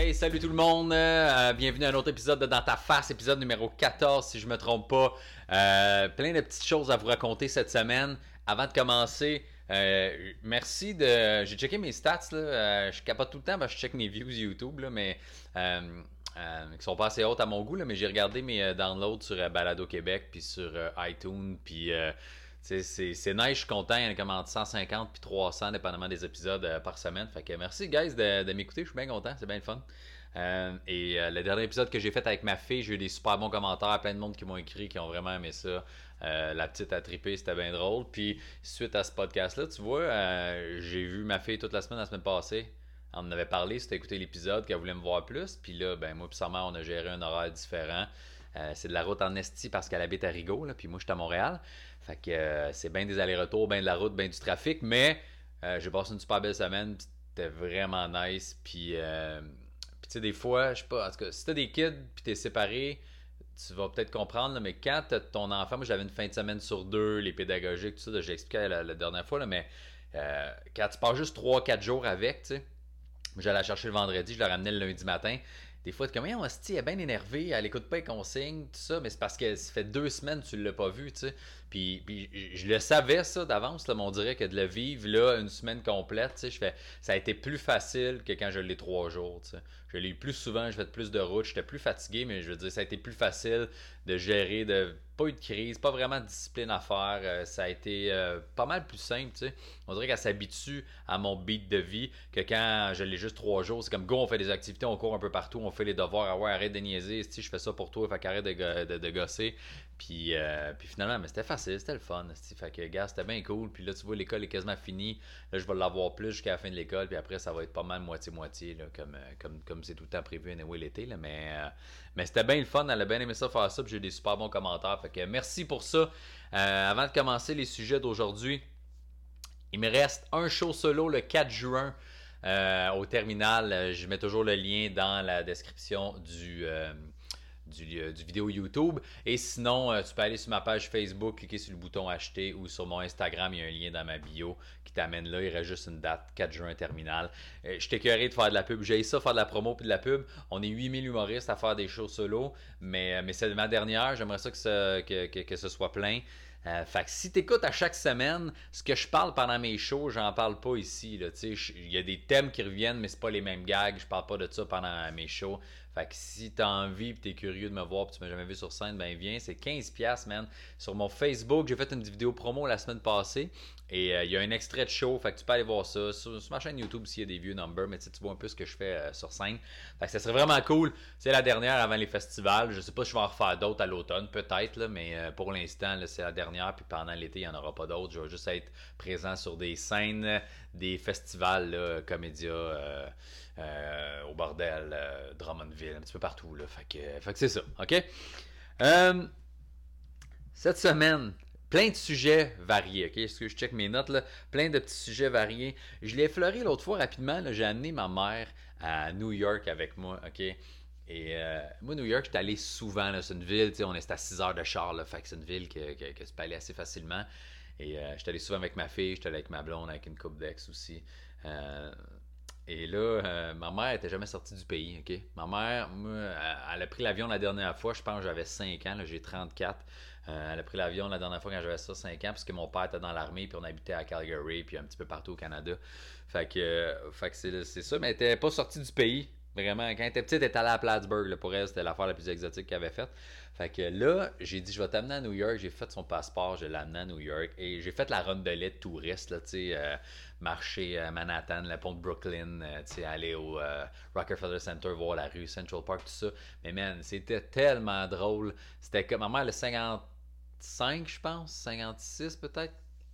Hey, salut tout le monde, bienvenue à un autre épisode de Dans ta face, épisode numéro 14 si je me trompe pas. Plein de petites choses à vous raconter cette semaine. Avant de commencer, merci de... J'ai checké mes stats, là, je capote tout le temps parce que je check mes views YouTube, là, mais qui sont pas assez hautes à mon goût, là, mais j'ai regardé mes downloads sur Balado Québec, puis sur iTunes, puis... c'est nice, je suis content, il y en a comme entre 150 puis 300 dépendamment des épisodes par semaine. Fait que merci guys de m'écouter, je suis bien content, c'est bien le fun. Le dernier épisode que j'ai fait avec ma fille, j'ai eu des super bons commentaires, plein de monde qui m'ont écrit, qui ont vraiment aimé ça. La petite a trippé, c'était bien drôle. Puis suite à ce podcast-là, tu vois, j'ai vu ma fille toute la semaine passée. On en avait parlé, c'était écouter l'épisode, qu'elle voulait me voir plus. Puis là, ben moi et sa mère, on a géré un horaire différent. C'est de la route en esti parce qu'elle habite à Rigaud, là, puis moi je suis à Montréal. Fait que c'est bien des allers-retours, bien de la route, bien du trafic, mais j'ai passé une super belle semaine, pis c'était vraiment nice. Puis tu sais, des fois, je sais pas, en tout cas, si t'as des kids puis t'es séparé, tu vas peut-être comprendre, là, mais quand t'as ton enfant, moi j'avais une fin de semaine sur deux, les pédagogiques, tout ça, j'ai expliqué la dernière fois, là, mais quand tu passes juste 3-4 jours avec, tu sais, j'allais la chercher le vendredi, je la ramenais le lundi matin. Des fois, tu es comme, on elle est bien énervée, elle écoute pas les consignes, tout ça, mais c'est parce que ça fait 2 semaines que tu l'as pas vu, tu sais. Puis je le savais ça d'avance, là, mais on dirait que de le vivre là une semaine complète, tu sais, ça a été plus facile que quand je l'ai 3 jours, tu sais. Je l'ai eu plus souvent, je fais plus de routes, j'étais plus fatigué, mais je veux dire, ça a été plus facile de gérer, pas eu de crise, pas vraiment de discipline à faire, ça a été pas mal plus simple, tu sais. On dirait qu'elle s'habitue à mon beat de vie, que quand je l'ai juste 3 jours, c'est comme, go, on fait des activités, on court un peu partout, on fait les devoirs, ah ouais, arrête de niaiser, si je fais ça pour toi, fait qu'arrête de gosser. Puis finalement, mais c'était facile, c'était le fun. Fait que, gars, c'était bien cool. Puis là, tu vois, l'école est quasiment finie. Là, je vais l'avoir plus jusqu'à la fin de l'école. Puis après, ça va être pas mal moitié-moitié, là, comme c'est tout le temps prévu anyway, l'été. Là. Mais c'était bien le fun. Elle a bien aimé ça faire ça. Puis j'ai eu des super bons commentaires. Fait que merci pour ça. Avant de commencer les sujets d'aujourd'hui, il me reste un show solo le 4 juin au terminal. Je mets toujours le lien dans la description du vidéo YouTube. Et sinon, tu peux aller sur ma page Facebook, cliquer sur le bouton acheter ou sur mon Instagram, il y a un lien dans ma bio qui t'amène là. Il reste juste une date, 4 juin terminal. Je t'ai écœuré de faire de la pub. J'ai ça, faire de la promo puis de la pub. On est 8000 humoristes à faire des shows solo, mais c'est ma dernière. J'aimerais ça que ce soit plein. Fait que si t'écoutes à chaque semaine, ce que je parle pendant mes shows, j'en parle pas ici. Il y a des thèmes qui reviennent, mais c'est pas les mêmes gags. Je parle pas de ça pendant mes shows. Fait que si t'as envie et t'es curieux de me voir et tu m'as jamais vu sur scène, ben viens, c'est 15$, man. Sur mon Facebook, j'ai fait une vidéo promo la semaine passée. Et il y a un extrait de show, fait que tu peux aller voir ça. Sur ma chaîne YouTube, s'il y a des vieux numbers, mais tu vois un peu ce que je fais sur scène. Fait que ça serait vraiment cool. C'est la dernière avant les festivals. Je sais pas si je vais en refaire d'autres à l'automne, peut-être, là, mais pour l'instant, là, c'est la dernière. Puis pendant l'été, il n'y en aura pas d'autres. Je vais juste être présent sur des scènes, des festivals, là, Comédia, au bordel, Drummondville, un petit peu partout. Là. Fait que c'est ça, ok? Cette semaine, plein de sujets variés, ok? Est-ce que je check mes notes, là? Plein de petits sujets variés. Je l'ai effleuré l'autre fois rapidement, là. J'ai amené ma mère à New York avec moi, ok? Et moi, New York, j'étais allé souvent, là. C'est une ville, tu sais, on est à 6 heures de char, là. Fait que c'est une ville que tu peux aller assez facilement. Et j'étais allé souvent avec ma fille, j'étais allé avec ma blonde, avec une couple d'ex aussi. Et là, ma mère n'était jamais sortie du pays, ok? Ma mère, moi, elle a pris l'avion la dernière fois, je pense que j'avais 5 ans, là, j'ai 34. Elle a pris l'avion la dernière fois quand j'avais ça, 5 ans, parce que mon père était dans l'armée, puis on habitait à Calgary, puis un petit peu partout au Canada. Fait que c'est ça, mais elle n'était pas sortie du pays. Vraiment, quand elle était petite, elle était allée à Plattsburgh. Là, pour elle, c'était l'affaire la plus exotique qu'elle avait faite. Fait que là, j'ai dit, je vais t'amener à New York. J'ai fait son passeport, je l'ai amené à New York. Et j'ai fait la rondelette de touriste, là, tu sais, marcher à Manhattan, le pont de Brooklyn, tu sais, aller au Rockefeller Center, voir la rue, Central Park, tout ça. Mais man, c'était tellement drôle. C'était comme, ma mère, elle a 55, je pense, 56 peut-être.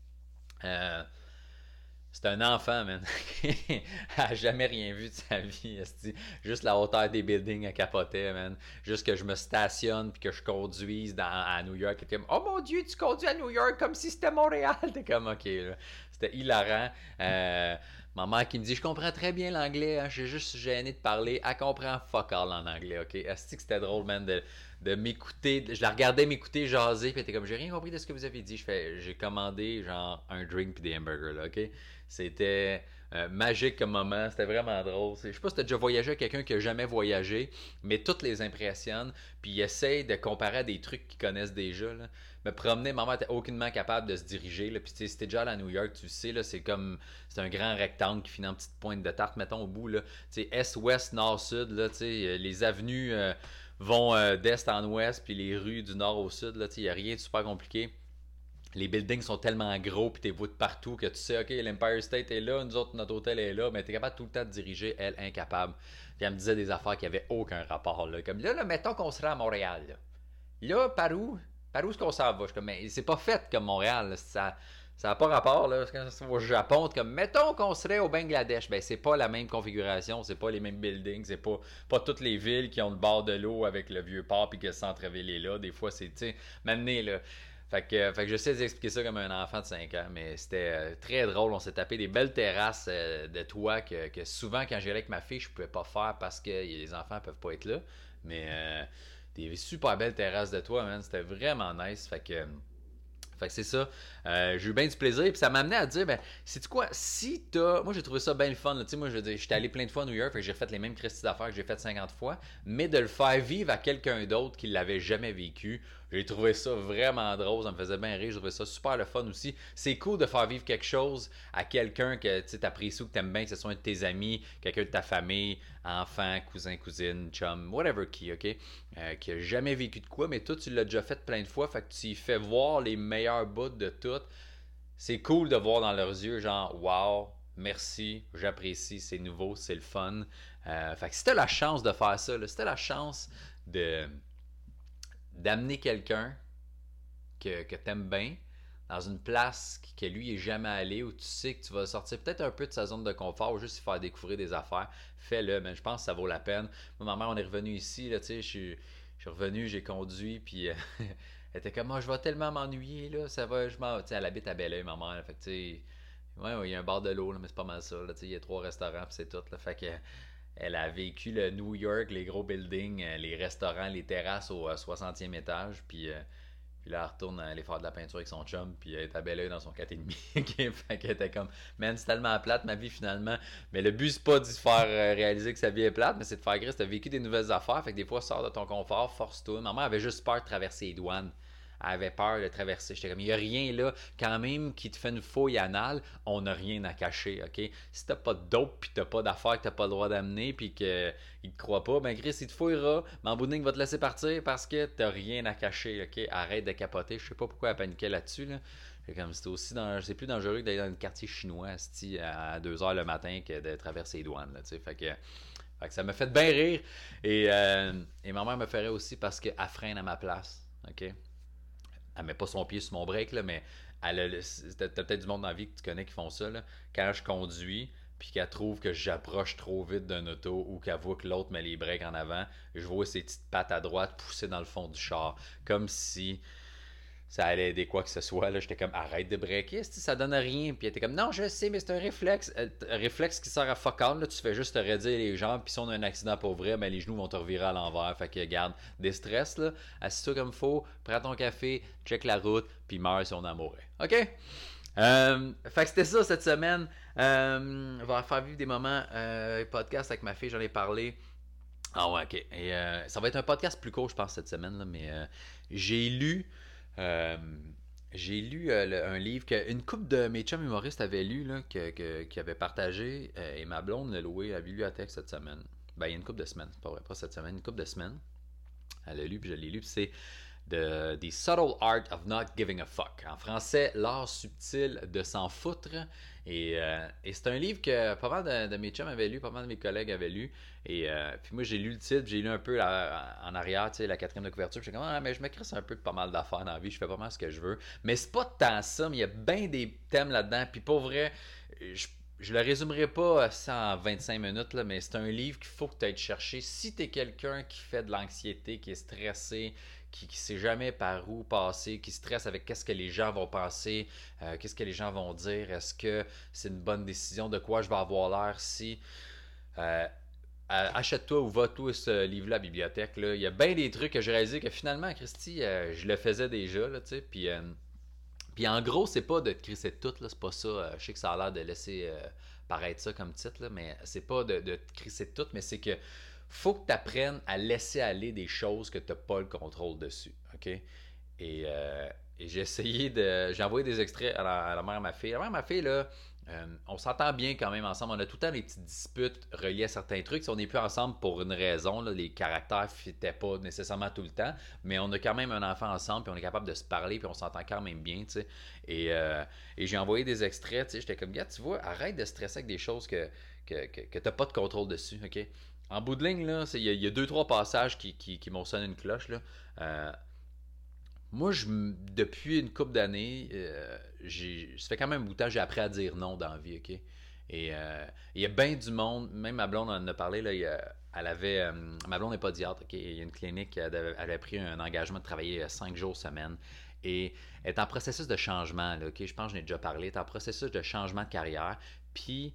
C'est un enfant, man. Elle a jamais rien vu de sa vie. Esti. Juste la hauteur des buildings, elle capotait, man. Juste que je me stationne puis que je conduise à New York. Elle était comme, oh mon Dieu, tu conduis à New York comme si c'était Montréal. T'es comme, ok, là. C'était hilarant. Ma mère qui me dit, je comprends très bien l'anglais, hein, je suis juste gêné de parler. Elle comprend fuck all en anglais, ok? Est-ce que c'était drôle, man, de m'écouter. Je la regardais m'écouter jaser, puis elle était comme, j'ai rien compris de ce que vous avez dit. J'ai commandé genre un drink puis des hamburgers, là, ok? C'était magique comme moment, c'était vraiment drôle. Je sais pas si t'as déjà voyagé avec quelqu'un qui a jamais voyagé, mais toutes les impressionne, puis il essaye de comparer à des trucs qu'ils connaissent déjà, là. Me promener, maman était aucunement capable de se diriger, là. Puis tu sais, si t'es déjà allé à New York, tu sais, là, c'est un grand rectangle qui finit en petite pointe de tarte, mettons, au bout, là. Tu sais, est, ouest, nord, sud, là, tu sais, les avenues vont d'est en ouest, puis les rues du nord au sud, là, tu sais, il n'y a rien de super compliqué. Les buildings sont tellement gros, puis t'es vu de partout que tu sais, ok, l'Empire State est là, nous autres, notre hôtel est là, mais t'es capable tout le temps de diriger, elle, incapable. Puis elle me disait des affaires qui avaient aucun rapport, là. Comme là, mettons qu'on serait à Montréal, là. Là, par où? Par où est-ce qu'on s'en va? Je suis comme, mais c'est pas fait comme Montréal, là. Ça n'a pas rapport, là. Quand ça va au Japon, comme, mettons qu'on serait au Bangladesh. Ben, c'est pas la même configuration, c'est pas les mêmes buildings, c'est pas toutes les villes qui ont le bord de l'eau avec le vieux port puis que le centre-ville est là. Des fois, c'est, tu sais, m'amener, là. Fait que j'essaie d'expliquer ça comme un enfant de 5 ans, mais c'était très drôle. On s'est tapé des belles terrasses de toit que souvent, quand j'allais avec ma fille, je pouvais pas faire parce que les enfants peuvent pas être là. Mais des super belles terrasses de toit, man. C'était vraiment nice. Fait que c'est ça. J'ai eu bien du plaisir. Puis ça m'a amené à dire, ben, sais-tu quoi, si t'as. Moi, j'ai trouvé ça bien le fun. Tu sais, moi, je veux dire, j'étais allé plein de fois à New York, fait que j'ai refait les mêmes cristis d'affaires que j'ai fait 50 fois. Mais de le faire vivre à quelqu'un d'autre qui l'avait jamais vécu, j'ai trouvé ça vraiment drôle. Ça me faisait bien rire. J'ai trouvé ça super le fun aussi. C'est cool de faire vivre quelque chose à quelqu'un que tu apprécies ou que t'aimes bien, que ce soit un de tes amis, quelqu'un de ta famille, enfant, cousin, cousine, chum, whatever qui, ok? Qui a jamais vécu de quoi, mais toi, tu l'as déjà fait plein de fois, fait que tu y fais voir les meilleurs bouts de tout. C'est cool de voir dans leurs yeux, genre, wow, merci, j'apprécie, c'est nouveau, c'est le fun. Fait que si t'as la chance de faire ça, là, si t'as la chance de d'amener quelqu'un que t'aimes bien dans une place que lui est jamais allé, où tu sais que tu vas sortir peut-être un peu de sa zone de confort ou juste lui faire découvrir des affaires, fais-le, mais je pense que ça vaut la peine. Moi, ma mère, on est revenu ici, là, tu sais, je suis revenu, j'ai conduit, puis elle était comme, moi, je vais tellement m'ennuyer, là, ça va, tu sais, elle habite à Belleuil, ma mère, fait que, tu sais, ouais, il y a un bar de l'eau, là, mais c'est pas mal ça, là, tu sais, il y a 3 restaurants, puis c'est tout, là, fait que, elle a vécu le New York, les gros buildings, les restaurants, les terrasses au 60e étage, puis là, elle retourne aller faire de la peinture avec son chum, puis elle est à Belleuil dans son 4,5. Fait qu'elle était comme, man, c'est tellement plate ma vie finalement. Mais le but, c'est pas de se faire réaliser que sa vie est plate, mais c'est de faire gris. T'as vécu des nouvelles affaires, fait que des fois, sors de ton confort, force-toi. Ma mère avait juste peur de traverser les douanes. Elle avait peur de traverser. J'étais comme, il n'y a rien là, quand même, qui te fait une fouille anale, on n'a rien à cacher, ok? Si t'as pas de dope, puis t'as pas d'affaires que t'as pas le droit d'amener, puis qu'il te croit pas, ben Chris, il te fouillera, mais en bout de ligne, il va te laisser partir parce que t'as rien à cacher, ok? Arrête de capoter. Je sais pas pourquoi elle paniquait là-dessus, là. Comme c'est aussi c'est plus dangereux d'aller dans le quartier chinois à 2h le matin que de traverser les douanes, là, tu sais. Fait que ça m'a fait bien rire. Et ma mère me ferait aussi parce qu'elle freine à ma place, ok? Elle met pas son pied sur mon break, là, mais t'as peut-être du monde dans la vie que tu connais qui font ça. Là. Quand je conduis, puis qu'elle trouve que j'approche trop vite d'un auto ou qu'elle voit que l'autre met les breaks en avant, je vois ses petites pattes à droite pousser dans le fond du char. Comme si ça allait aider quoi que ce soit. Là, j'étais comme arrête de breaker, ça donne rien. Puis elle était comme non, je sais, mais c'est un réflexe. Un réflexe qui sert à fuck all. Là, tu fais juste te raidir les jambes. Puis si on a un accident pour vrai, ben, les genoux vont te revirer à l'envers. Fait que garde, des stress, là, assis-toi comme il faut, prends ton café, check la route, puis meurs si on en mourrait. OK? Fait que c'était ça cette semaine. On va faire vivre des moments podcast avec ma fille, j'en ai parlé. Ah ouais, ok. Et ça va être un podcast plus court, je pense, cette semaine, là, mais j'ai lu. Euh, j'ai lu un livre qu'une couple de mes chums humoristes avaient lu, là, qui avaient partagé, et ma blonde l'a loué à la bibliothèque cette semaine. Ben, il y a une couple de semaines, c'est pas vrai, pas cette semaine, une couple de semaines. Elle l'a lu, puis je l'ai lu, puis c'est The Subtle Art of Not Giving a Fuck. En français, l'art subtil de s'en foutre. Et c'est un livre que pas mal de mes chums avaient lu, pas mal de mes collègues avaient lu. Et puis moi, j'ai lu le titre, j'ai lu un peu en arrière, tu sais, la quatrième de couverture. Puis j'étais comme, ah, mais je m'écris un peu de pas mal d'affaires dans la vie, je fais pas mal ce que je veux. Mais c'est pas tant ça, mais il y a bien des thèmes là-dedans. Puis pour vrai, je le résumerai pas ça en 25 minutes, là, mais c'est un livre qu'il faut que tu ailles chercher. Si tu es quelqu'un qui fait de l'anxiété, qui est stressé, qui sait jamais par où passer, qui stresse avec qu'est-ce que les gens vont penser, qu'est-ce que les gens vont dire, est-ce que c'est une bonne décision, de quoi je vais avoir l'air si... Euh, achète-toi ou va-toi ce livre-là à la bibliothèque. Là. Il y a bien des trucs que j'ai réalisé que finalement, Christy, je le faisais déjà. Là, puis en gros, c'est pas de te crisser de tout, là, c'est pas ça. Je sais que ça a l'air de laisser paraître ça comme titre, là, mais c'est pas de te crisser de tout, mais c'est que faut que tu apprennes à laisser aller des choses que tu n'as pas le contrôle dessus. OK? Et j'ai essayé de. J'ai envoyé des extraits à la mère et à ma fille. La mère et ma fille, là, on s'entend bien quand même ensemble. On a tout le temps des petites disputes reliées à certains trucs. Si on n'est plus ensemble pour une raison, là, les caractères ne fitaient pas nécessairement tout le temps, mais on a quand même un enfant ensemble, puis on est capable de se parler, puis on s'entend quand même bien, tu sais. Et j'ai envoyé des extraits, tu sais. J'étais comme, gars, tu vois, arrête de stresser avec des choses que tu n'as pas de contrôle dessus, OK? En bout de ligne, là, il y a deux, trois passages qui m'ont sonné une cloche, là. Moi, depuis une couple d'années, ça fait quand même un bout de temps que j'ai appris à dire non dans la vie, OK? Il y a bien du monde, même ma blonde en a parlé, là, elle avait, ma blonde n'est pas diète, OK? Il y a une clinique, elle avait pris un engagement de travailler 5 jours semaine et elle est en processus de changement, là, OK? Je pense que je n'ai déjà parlé, elle est en processus de changement de carrière, puis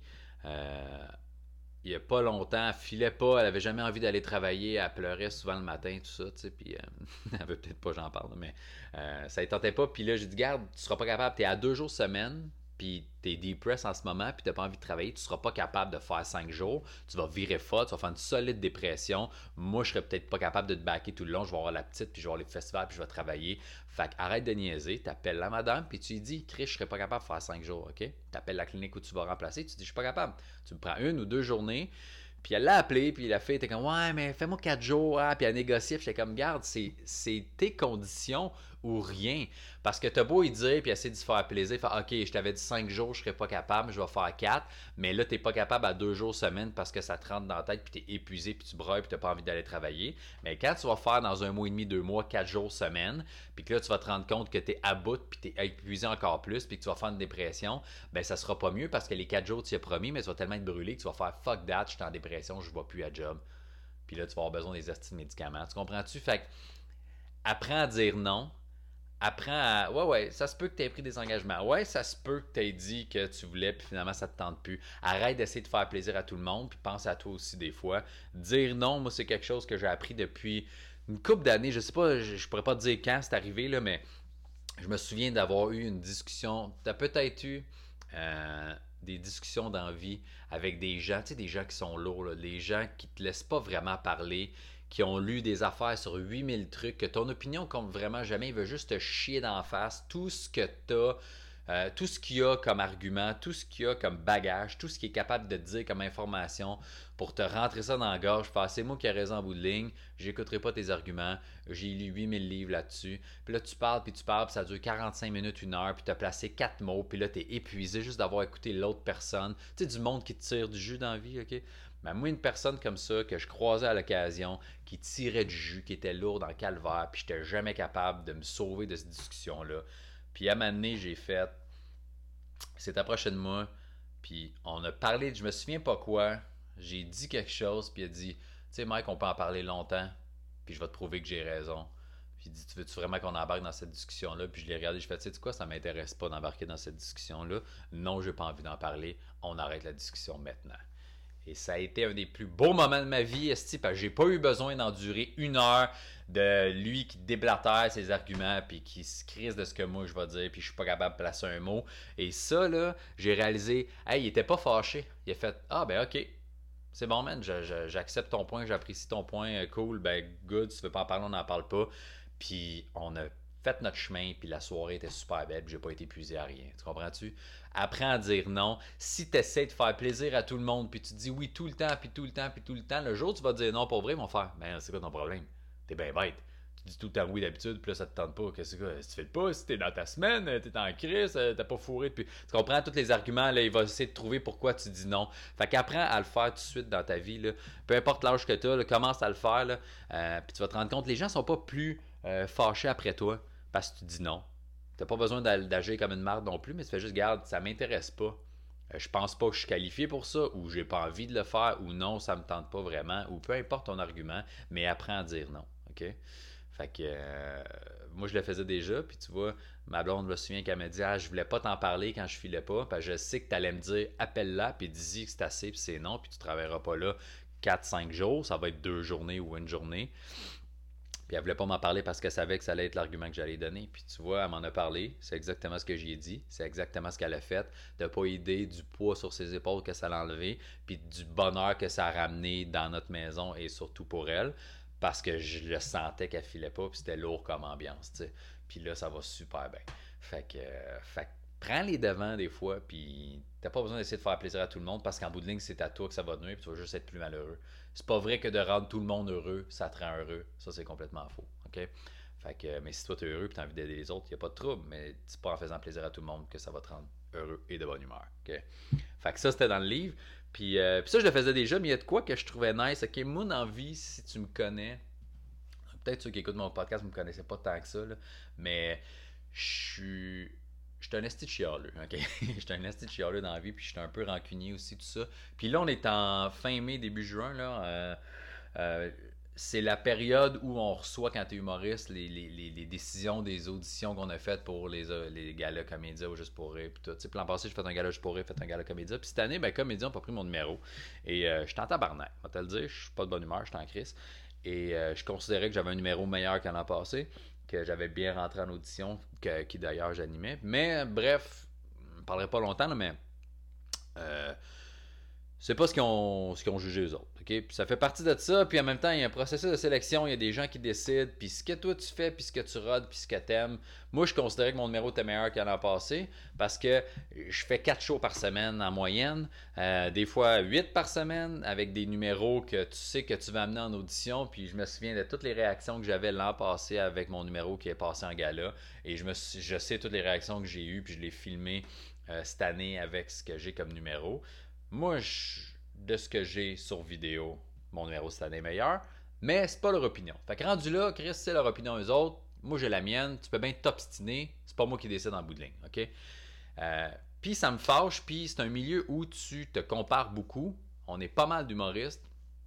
il n'y a pas longtemps, elle filait pas, elle avait jamais envie d'aller travailler, elle pleurait souvent le matin, tout ça, tu sais, puis elle veut peut-être pas que j'en parle, mais ça ne tentait pas, puis là, j'ai dit, garde, tu seras pas capable, tu es à 2 jours semaine, puis tu es depressed en ce moment, puis tu n'as pas envie de travailler, tu seras pas capable de faire 5 jours, tu vas virer fort, tu vas faire une solide dépression, moi, je serais peut-être pas capable de te backer tout le long, je vais avoir la petite, puis je vais avoir les festivals, puis je vais travailler, fait arrête de niaiser, t'appelles la madame, puis tu lui dis, Chris, je serais pas capable de faire 5 jours, ok? T'appelles la clinique où tu vas remplacer, tu dis, je suis pas capable. Tu me prends 1 ou 2 journées, puis elle l'a appelé, puis la fille était comme, ouais, mais fais-moi 4 jours, puis elle négociait, puis j'étais comme, garde, c'est tes conditions ou rien. Parce que t'as beau y dire, puis essayer de se faire plaisir, faire, ok, je t'avais dit 5 jours, je serais pas capable, je vais faire 4, mais là, t'es pas capable à 2 jours semaine parce que ça te rentre dans la tête, puis t'es épuisé, puis tu brailles, puis t'as pas envie d'aller travailler. Mais quand tu vas faire dans 1 mois et demi, 2 mois, 4 jours semaine, puis que là, tu vas te rendre compte que t'es à bout, puis t'es épuisé encore plus, puis que tu vas faire une dépression, ben ça sera pas mieux parce que les 4 jours, tu y as promis, mais tu vas tellement être brûlé que tu vas faire fuck that, je suis en dépression, je vais plus à job. Puis là, tu vas avoir besoin des astuces de médicaments. Tu comprends-tu? Fait que, apprends à dire non. Apprends à. Ouais, ouais, ça se peut que tu aies pris des engagements. Ouais, ça se peut que tu aies dit que tu voulais, puis finalement, ça te tente plus. Arrête d'essayer de faire plaisir à tout le monde, puis pense à toi aussi des fois. Dire non, moi, c'est quelque chose que j'ai appris depuis une couple d'années. Je sais pas, je pourrais pas te dire quand c'est arrivé, là, mais je me souviens d'avoir eu une discussion. Tu as peut-être eu des discussions d'envie avec des gens, tu sais, des gens qui sont lourds, là, des gens qui te laissent pas vraiment parler, qui ont lu des affaires sur 8000 trucs, que ton opinion compte vraiment jamais, il veut juste te chier d'en face. Tout ce que tu as, tout ce qu'il y a comme argument, tout ce qu'il y a comme bagage, tout ce qu'il est capable de te dire comme information pour te rentrer ça dans la gorge, faire c'est moi qui ai raison en bout de ligne, j'écouterai pas tes arguments, j'ai lu 8000 livres là-dessus. Puis là, tu parles, puis ça dure 45 minutes, 1 heure, puis tu as placé 4 mots, puis là, tu es épuisé juste d'avoir écouté l'autre personne. Tu sais, du monde qui te tire du jus dans la vie, ok? Mais moi, une personne comme ça, que je croisais à l'occasion, qui tirait du jus, qui était lourd dans le calvaire, puis j'étais jamais capable de me sauver de cette discussion-là. Puis à un moment donné, j'ai fait, c'est approché de moi, puis on a parlé, je me souviens pas quoi, j'ai dit quelque chose, puis il a dit, tu sais Mike, on peut en parler longtemps, puis je vais te prouver que j'ai raison. Puis il dit, tu veux-tu vraiment qu'on embarque dans cette discussion-là? Puis je l'ai regardé, je fais, tu sais quoi, ça m'intéresse pas d'embarquer dans cette discussion-là. Non, j'ai pas envie d'en parler, on arrête la discussion maintenant. Et ça a été un des plus beaux moments de ma vie, esti, parce que j'ai pas eu besoin d'endurer 1 heure de lui qui déblatère ses arguments, puis qui se crise de ce que moi je vais dire, puis je suis pas capable de placer un mot. Et ça, là, j'ai réalisé, hey, il était pas fâché. Il a fait, ah ben ok, c'est bon, man, j'accepte ton point, j'apprécie ton point, cool, ben good, si tu veux pas en parler, on n'en parle pas. Puis on a fait notre chemin, puis la soirée était super belle, puis j'ai pas été épuisé à rien. Tu comprends-tu? Apprends à dire non. Si tu essaies de faire plaisir à tout le monde, puis tu dis oui tout le temps, puis tout le temps, puis tout le temps, le jour où tu vas dire non pour vrai, ils vont faire, ben c'est quoi ton problème? T'es bien bête. Tu dis tout le temps oui d'habitude, puis là ça te tente pas. Qu'est-ce que tu fais pas? Si t'es dans ta semaine, t'es en crise, t'as pas fourré depuis. Tu comprends tous les arguments, là, il va essayer de trouver pourquoi tu dis non. Fait qu'apprends à le faire tout de suite dans ta vie, là. Peu importe l'âge que t'as, là, commence à le faire, là, puis tu vas te rendre compte, les gens sont pas plus fâchés après toi parce que tu dis non. T'as pas besoin d'agir comme une marde non plus, mais tu fais juste, garde, ça m'intéresse pas. Je pense pas que je suis qualifié pour ça, ou j'ai pas envie de le faire, ou non, ça me tente pas vraiment, ou peu importe ton argument, mais apprends à dire non. OK? Fait que moi, je le faisais déjà. Puis tu vois, ma blonde me souvient qu'elle m'a dit je voulais pas t'en parler quand je filais pas. Parce que je sais que tu allais me dire appelle-la, puis dis que c'est assez, puis c'est non, puis tu travailleras pas là 4-5 jours. Ça va être 2 journées ou une journée. Puis elle voulait pas m'en parler parce qu'elle savait que ça allait être l'argument que j'allais donner. Puis tu vois, elle m'en a parlé. C'est exactement ce que j'y ai dit. C'est exactement ce qu'elle a fait. T'as pas idée du poids sur ses épaules que ça l'a enlevé. Puis du bonheur que ça a ramené dans notre maison et surtout pour elle. Parce que je le sentais qu'elle filait pas. Puis c'était lourd comme ambiance. T'sais. Puis là, ça va super bien. Fait que prends les devants des fois. Puis t'as pas besoin d'essayer de faire plaisir à tout le monde. Parce qu'en bout de ligne, c'est à toi que ça va nuire. Puis tu vas juste être plus malheureux. C'est pas vrai que de rendre tout le monde heureux, ça te rend heureux. Ça, c'est complètement faux. OK? Fait que, mais si toi, tu es heureux et tu as envie d'aider les autres, il n'y a pas de trouble. Mais c'est pas en faisant plaisir à tout le monde que ça va te rendre heureux et de bonne humeur. OK? Fait que ça, c'était dans le livre. Puis ça, je le faisais déjà, mais il y a de quoi que je trouvais nice. OK, moi, dans vie, si tu me connais, peut-être ceux qui écoutent mon podcast ne me connaissaient pas tant que ça, là, mais je suis un esti de chialeux, ok? Je suis un esti de chialeux dans la vie, puis je suis un peu rancunier aussi, tout ça. Puis là, on est en fin mai, début juin, là. Euh, c'est la période où on reçoit, quand tu es humoriste, les décisions des auditions qu'on a faites pour les galas comédia ou juste pour rire. Puis tout. L'an passé, j'ai fait un gala juste pour rire, j'ai fait un gala comédia. Puis cette année, ben, comédia n'a pas pris mon numéro. Et je suis en tabarnak. On va te le dire, je suis pas de bonne humeur, je suis en crise. Et je considérais que j'avais un numéro meilleur qu'en l'an passé, que j'avais bien rentré en audition, qui d'ailleurs j'animais. Mais bref, je ne parlerai pas longtemps, là, mais euh, c'est pas ce qu'ils ont jugé eux autres. Okay? Puis ça fait partie de ça. Puis en même temps, il y a un processus de sélection. Il y a des gens qui décident. Puis ce que toi tu fais, puis ce que tu rodes, puis ce que t'aimes. Moi, je considérais que mon numéro était meilleur qu'en l'an passé parce que je fais 4 shows par semaine en moyenne. Des fois 8 par semaine avec des numéros que tu sais que tu vas amener en audition. Puis je me souviens de toutes les réactions que j'avais l'an passé avec mon numéro qui est passé en gala. Et je sais toutes les réactions que j'ai eues. Puis je l'ai filmé cette année avec ce que j'ai comme numéro. Moi, de ce que j'ai sur vidéo, mon numéro cette année est meilleur, mais c'est pas leur opinion. Fait que rendu là, Chris, c'est leur opinion eux autres. Moi, j'ai la mienne. Tu peux bien t'obstiner. C'est pas moi qui décide en bout de ligne. OK? Puis ça me fâche. Puis c'est un milieu où tu te compares beaucoup. On est pas mal d'humoristes.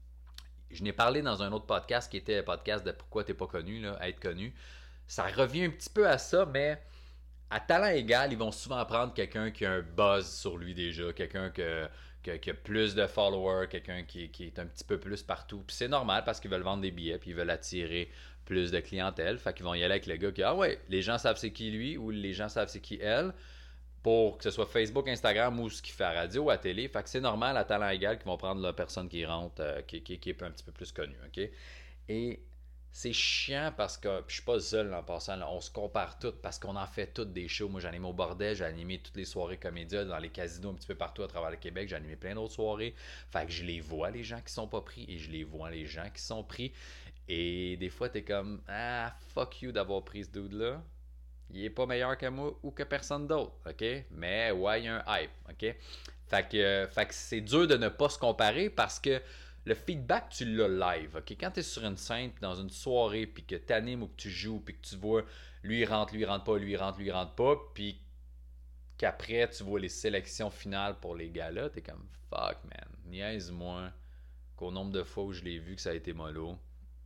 Je n'ai parlé dans un autre podcast qui était le podcast de Pourquoi t'es pas connu, là, à être connu. Ça revient un petit peu à ça, mais à talent égal, ils vont souvent prendre quelqu'un qui a un buzz sur lui déjà, quelqu'un qui a plus de followers, quelqu'un qui est un petit peu plus partout. Puis c'est normal parce qu'ils veulent vendre des billets puis ils veulent attirer plus de clientèle. Fait qu'ils vont y aller avec le gars qui, ah ouais, les gens savent c'est qui lui ou les gens savent c'est qui elle, pour que ce soit Facebook, Instagram ou ce qu'il fait à radio ou à télé. Fait que c'est normal à talent égal qu'ils vont prendre la personne qui rentre, qui est un petit peu plus connue. OK? Et c'est chiant parce que puis je suis pas seul en passant, là, on se compare toutes parce qu'on en fait toutes des shows. Moi j'anime au bordel, j'ai animé toutes les soirées comédia dans les casinos un petit peu partout à travers le Québec, j'ai animé plein d'autres soirées. Fait que je les vois les gens qui sont pas pris et je les vois les gens qui sont pris. Et des fois t'es comme fuck you d'avoir pris ce dude là. Il est pas meilleur que moi ou que personne d'autre, ok? Mais ouais, il y a un hype, ok? Fait que c'est dur de ne pas se comparer parce que le feedback, tu l'as live, ok? Quand tu es sur une scène, dans une soirée, puis que tu animes ou que tu joues, puis que tu vois lui il rentre pas, lui il rentre pas, puis qu'après tu vois les sélections finales pour les gars-là, t'es comme fuck man, niaise-moi qu'au nombre de fois où je l'ai vu que ça a été mollo.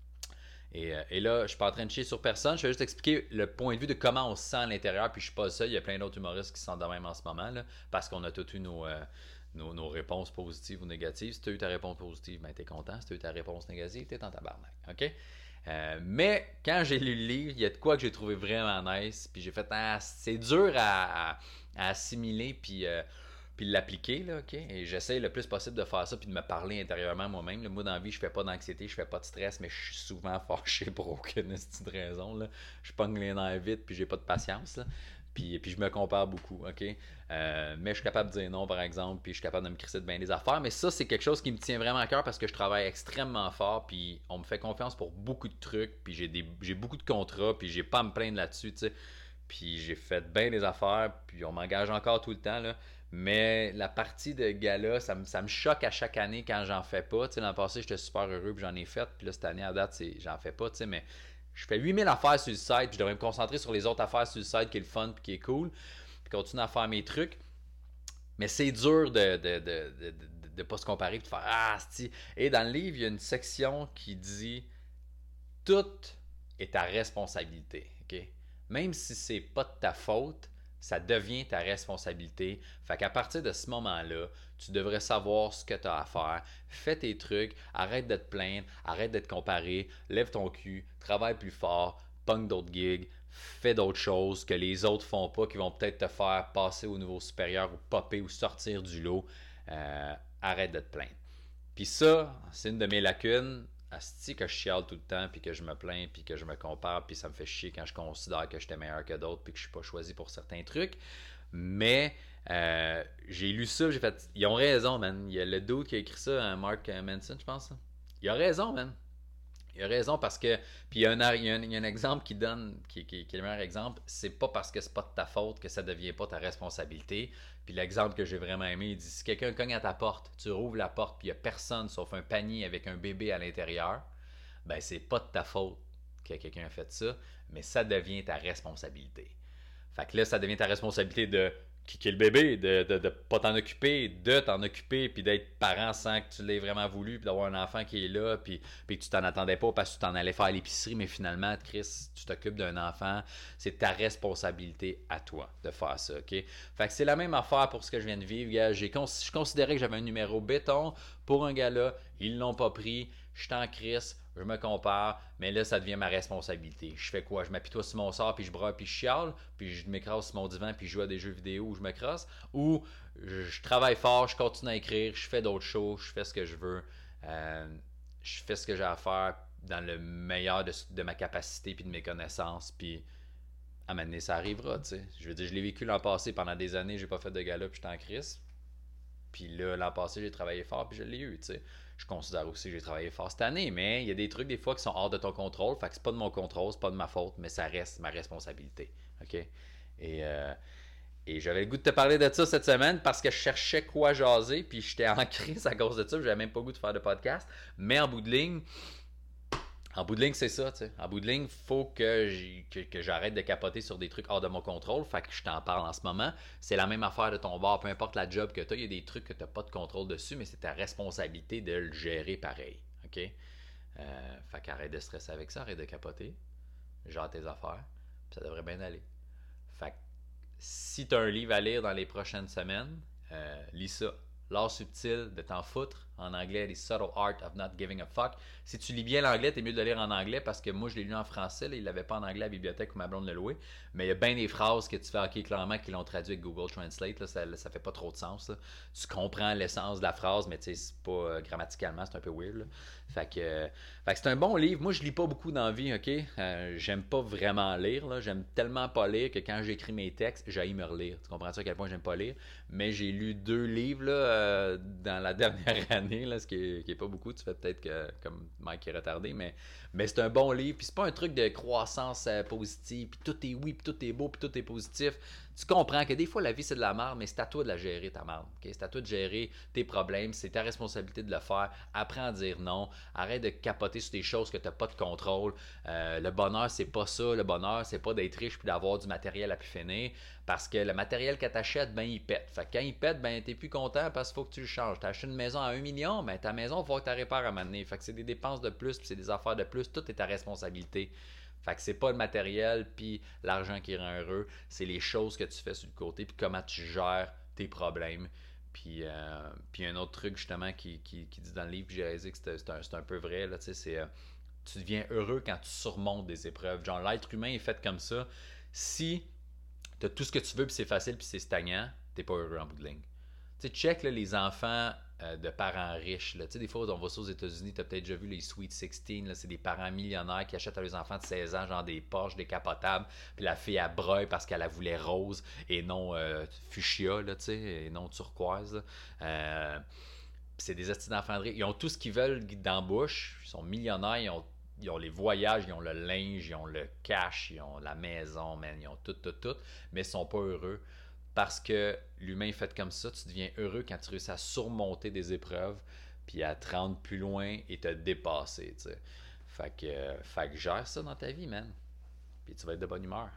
Et là, je suis pas en train de chier sur personne. Je vais juste expliquer le point de vue de comment on se sent à l'intérieur. Puis je suis pas seul. Il y a plein d'autres humoristes qui se sentent de même en ce moment. Là, parce qu'on a tous eu nos réponses positives ou négatives. Si tu as eu ta réponse positive, ben t'es content. Si tu as eu ta réponse négative, t'es en tabarnak. OK? Mais quand j'ai lu le livre, il y a de quoi que j'ai trouvé vraiment nice. Puis j'ai fait, c'est dur à assimiler. Puis l'appliquer, là, OK? Et j'essaie le plus possible de faire ça puis de me parler intérieurement moi-même. Là. Moi, dans la vie, je fais pas d'anxiété, je fais pas de stress, mais je suis souvent fâché pour aucune raison. Là. Je pogne les nerfs vite puis j'ai pas de patience. Là. Puis je me compare beaucoup, OK? Mais je suis capable de dire non, par exemple, puis je suis capable de me crisser de bien des affaires. Mais ça, c'est quelque chose qui me tient vraiment à cœur parce que je travaille extrêmement fort, puis on me fait confiance pour beaucoup de trucs, puis j'ai beaucoup de contrats, puis j'ai pas à me plaindre là-dessus, tu sais. Puis j'ai fait bien des affaires, puis on m'engage encore tout le temps, là. Mais la partie de gala, ça me choque à chaque année quand j'en fais pas. Tu sais, l'an passé, j'étais super heureux puis j'en ai fait. Puis là, cette année, à date, j'en fais pas, tu sais, mais je fais 8000 affaires sur le site, puis je devrais me concentrer sur les autres affaires sur le site qui est le fun puis qui est cool. Puis continuer à faire mes trucs. Mais c'est dur de pas se comparer et de faire Ah, c'ti. Et dans le livre, il y a une section qui dit tout est ta responsabilité. OK? Même si c'est pas de ta faute, ça devient ta responsabilité. Fait qu'à partir de ce moment-là, tu devrais savoir ce que tu as à faire. Fais tes trucs, arrête de te plaindre, arrête de te comparer, lève ton cul, travaille plus fort, pogne d'autres gigs, fais d'autres choses que les autres font pas, qui vont peut-être te faire passer au niveau supérieur ou popper ou sortir du lot. Arrête de te plaindre. Puis ça, c'est une de mes lacunes. Asti que je chiale tout le temps, puis que je me plains, puis que je me compare, puis ça me fait chier quand je considère que j'étais meilleur que d'autres, puis que je suis pas choisi pour certains trucs. Mais j'ai lu ça, j'ai fait. Ils ont raison, man. Il y a le dude qui a écrit ça, Mark Manson, je pense. Il a raison, man. Il a raison parce que. Puis il y a un exemple qui donne, qui est le meilleur exemple. C'est pas parce que c'est pas de ta faute que ça devient pas ta responsabilité. Puis l'exemple que j'ai vraiment aimé, il dit si quelqu'un cogne à ta porte, tu rouvres la porte, puis il y a personne sauf un panier avec un bébé à l'intérieur, ben c'est pas de ta faute que quelqu'un a fait ça, mais ça devient ta responsabilité. Fait que là, ça devient ta responsabilité de kicker le bébé, de pas t'en occuper, de t'en occuper, puis d'être parent sans que tu l'aies vraiment voulu, puis d'avoir un enfant qui est là, puis que tu t'en attendais pas parce que tu t'en allais faire l'épicerie, mais finalement, Chris, tu t'occupes d'un enfant, c'est ta responsabilité à toi de faire ça, OK? Fait que c'est la même affaire pour ce que je viens de vivre, gars. Je considérais que j'avais un numéro béton pour un gars-là, ils l'ont pas pris, je suis en crise, je me compare, mais là, ça devient ma responsabilité. Je fais quoi? Je m'apitoie sur mon sort, puis je braille, puis je chiale, puis je m'écrase sur mon divan, puis je joue à des jeux vidéo où je me crosse, ou je travaille fort, je continue à écrire, je fais d'autres choses, je fais ce que je veux, je fais ce que j'ai à faire dans le meilleur de ma capacité, puis de mes connaissances, puis à un moment donné, ça arrivera, tu sais. Je veux dire, je l'ai vécu l'an passé, pendant des années, j'ai pas fait de gala, puis j'étais en crise. Puis là, l'an passé, j'ai travaillé fort, puis je l'ai eu, tu sais. Je considère aussi que j'ai travaillé fort cette année, mais il y a des trucs des fois qui sont hors de ton contrôle. Fait que c'est pas de mon contrôle, c'est pas de ma faute, mais ça reste ma responsabilité. OK? Et, euh, et j'avais le goût de te parler de ça cette semaine parce que je cherchais quoi jaser, puis j'étais en crise à cause de ça, j'avais même pas le goût de faire de podcast. Mais en bout de ligne, c'est ça, tu sais. En bout de ligne, il faut que j'arrête de capoter sur des trucs hors de mon contrôle. Fait que je t'en parle en ce moment. C'est la même affaire de ton bar, peu importe la job que tu as, il y a des trucs que tu n'as pas de contrôle dessus, mais c'est ta responsabilité de le gérer pareil. OK? Fait qu'arrête de stresser avec ça, arrête de capoter. Gère tes affaires, puis ça devrait bien aller. Fait que si tu as un livre à lire dans les prochaines semaines, lis ça. L'art subtil de t'en foutre. En anglais, The Subtle Art of Not Giving a Fuck. Si tu lis bien l'anglais, t'es mieux de le lire en anglais parce que moi, je l'ai lu en français. Là, il l'avait pas en anglais à la bibliothèque où ma blonde l'a loué. Mais il y a bien des phrases que tu fais OK clairement qu'ils l'ont traduit avec Google Translate. Là, ça fait pas trop de sens. Là. Tu comprends l'essence de la phrase, mais tu sais, c'est pas grammaticalement, c'est un peu weird. Là. Fait que c'est un bon livre. Moi, je lis pas beaucoup dans la vie, OK? J'aime pas vraiment lire. Là. J'aime tellement pas lire que quand j'écris mes textes, j'aille me relire. Tu comprends-tu à quel point j'aime pas lire? Mais j'ai lu 2 livres là, dans la dernière année, là, ce qui est pas beaucoup. Tu fais peut-être que comme Mike est retardé, mais c'est un bon livre. Puis c'est pas un truc de croissance positive, puis tout est oui, puis tout est beau, puis tout est positif. Tu comprends que des fois la vie c'est de la merde, mais c'est à toi de la gérer ta merde. Okay? C'est à toi de gérer tes problèmes, c'est ta responsabilité de le faire. Apprends à dire non, arrête de capoter sur des choses que tu n'as pas de contrôle. Le bonheur, c'est pas ça. Le bonheur, c'est pas d'être riche puis d'avoir du matériel à pu finir. Parce que le matériel que tu achètes, ben il pète. Fait que quand il pète, ben t'es plus content parce qu'il faut que tu le changes. Tu as acheté une maison à 1 million, ben ta maison, il faut que tu la répares à un moment donné. Fait que c'est des dépenses de plus, puis c'est des affaires de plus. Tout est ta responsabilité. Fait que c'est pas le matériel puis l'argent qui rend heureux, c'est les choses que tu fais sur le côté puis comment tu gères tes problèmes. Puis un autre truc justement qui dit dans le livre, puis j'ai réalisé que c'est un peu vrai, là, c'est tu deviens heureux quand tu surmontes des épreuves. Genre l'être humain est fait comme ça. Si tu as tout ce que tu veux puis c'est facile puis c'est stagnant, t'es pas heureux en bout de ligne. Tu sais, check là, les enfants de parents riches. Là. Tu sais, des fois, on va ça aux États-Unis, tu as peut-être déjà vu les Sweet 16. Là, c'est des parents millionnaires qui achètent à leurs enfants de 16 ans, genre des Porsche décapotables. Puis la fille, elle broye parce qu'elle la voulait rose et non fuchsia, là, tu sais, et non turquoise. C'est des astuces d'enfants de riches. Ils ont tout ce qu'ils veulent dans la bouche. Ils sont millionnaires, ils ont les voyages, ils ont le linge, ils ont le cash, ils ont la maison, man, ils ont tout, tout, tout, mais ils sont pas heureux. Parce que l'humain est fait comme ça, tu deviens heureux quand tu réussis à surmonter des épreuves, puis à te rendre plus loin et te dépasser, tu sais. Fait que gère ça dans ta vie, man. Puis tu vas être de bonne humeur.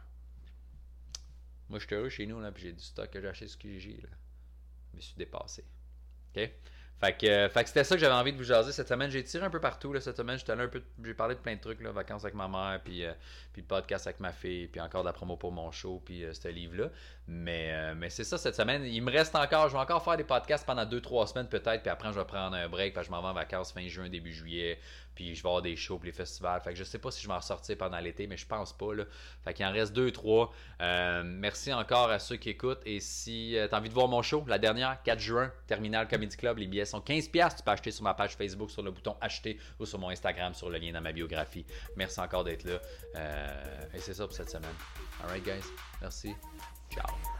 Moi, je suis heureux chez nous, là, puis j'ai du stock que j'ai acheté sur Kijiji, là. Je me suis dépassé. OK? Fait que c'était ça que j'avais envie de vous jaser cette semaine. J'ai tiré un peu partout là, cette semaine. J'étais allé un peu, j'ai parlé de plein de trucs, là, vacances avec ma mère, puis le podcast avec ma fille, puis encore de la promo pour mon show, puis ce livre-là. Mais c'est ça cette semaine. Il me reste encore, je vais encore faire des podcasts pendant 2-3 semaines peut-être, puis après je vais prendre un break, parce que je m'en vais en vacances fin juin, début juillet, puis je vais avoir des shows pour les festivals. Fait que je sais pas si je vais en sortir pendant l'été, mais je pense pas là. Fait qu'il en reste 2-3. Merci encore à ceux qui écoutent. Et si tu as envie de voir mon show, la dernière, 4 juin, Terminal Comedy Club, les billets sont 15$. Tu peux acheter sur ma page Facebook, sur le bouton acheter, ou sur mon Instagram, sur le lien dans ma biographie. Merci encore d'être là. Et c'est ça pour cette semaine. Alright guys, merci. Ciao.